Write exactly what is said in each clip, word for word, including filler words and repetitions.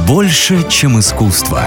Больше, чем искусство.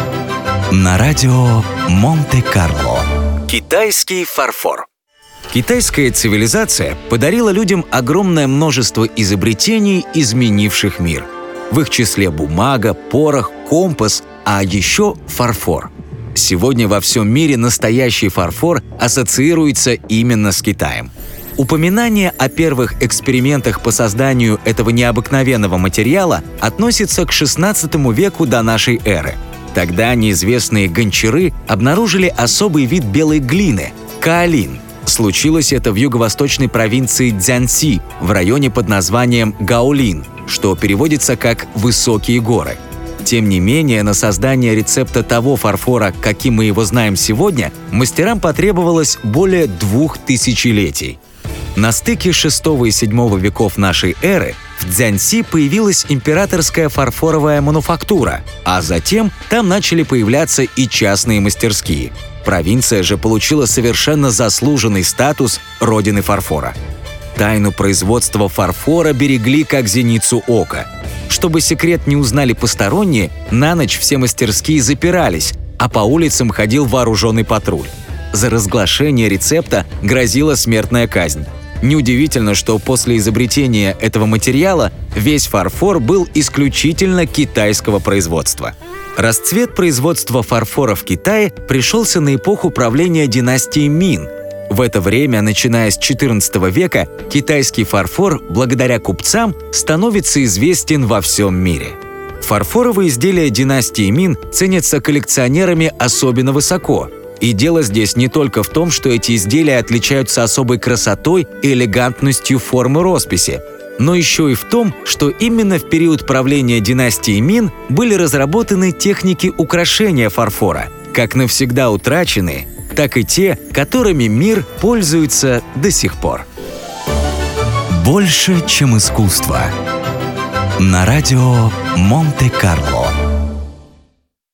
На радио Монте-Карло. Китайский фарфор. Китайская цивилизация подарила людям огромное множество изобретений, изменивших мир. В их числе бумага, порох, компас, а еще фарфор. Сегодня во всем мире настоящий фарфор ассоциируется именно с Китаем. Упоминание о первых экспериментах по созданию этого необыкновенного материала относится к шестнадцатому веку до нашей эры. Тогда неизвестные гончары обнаружили особый вид белой глины – каолин. Случилось это в юго-восточной провинции Цзянси, в районе под названием Гаолин, что переводится как «высокие горы». Тем не менее, на создание рецепта того фарфора, каким мы его знаем сегодня, мастерам потребовалось более двух тысячелетий. На стыке шестого и седьмого веков нашей эры в Цзянси появилась императорская фарфоровая мануфактура, а затем там начали появляться и частные мастерские. Провинция же получила совершенно заслуженный статус родины фарфора. Тайну производства фарфора берегли как зеницу ока. Чтобы секрет не узнали посторонние, на ночь все мастерские запирались, а по улицам ходил вооруженный патруль. За разглашение рецепта грозила смертная казнь. Неудивительно, что после изобретения этого материала весь фарфор был исключительно китайского производства. Расцвет производства фарфора в Китае пришелся на эпоху правления династии Мин. В это время, начиная с четырнадцатого века, китайский фарфор, благодаря купцам, становится известен во всем мире. Фарфоровые изделия династии Мин ценятся коллекционерами особенно высоко. И дело здесь не только в том, что эти изделия отличаются особой красотой и элегантностью формы росписи, но еще и в том, что именно в период правления династии Мин были разработаны техники украшения фарфора, как навсегда утраченные, так и те, которыми мир пользуется до сих пор. Больше, чем искусство. На радио Монте-Карло.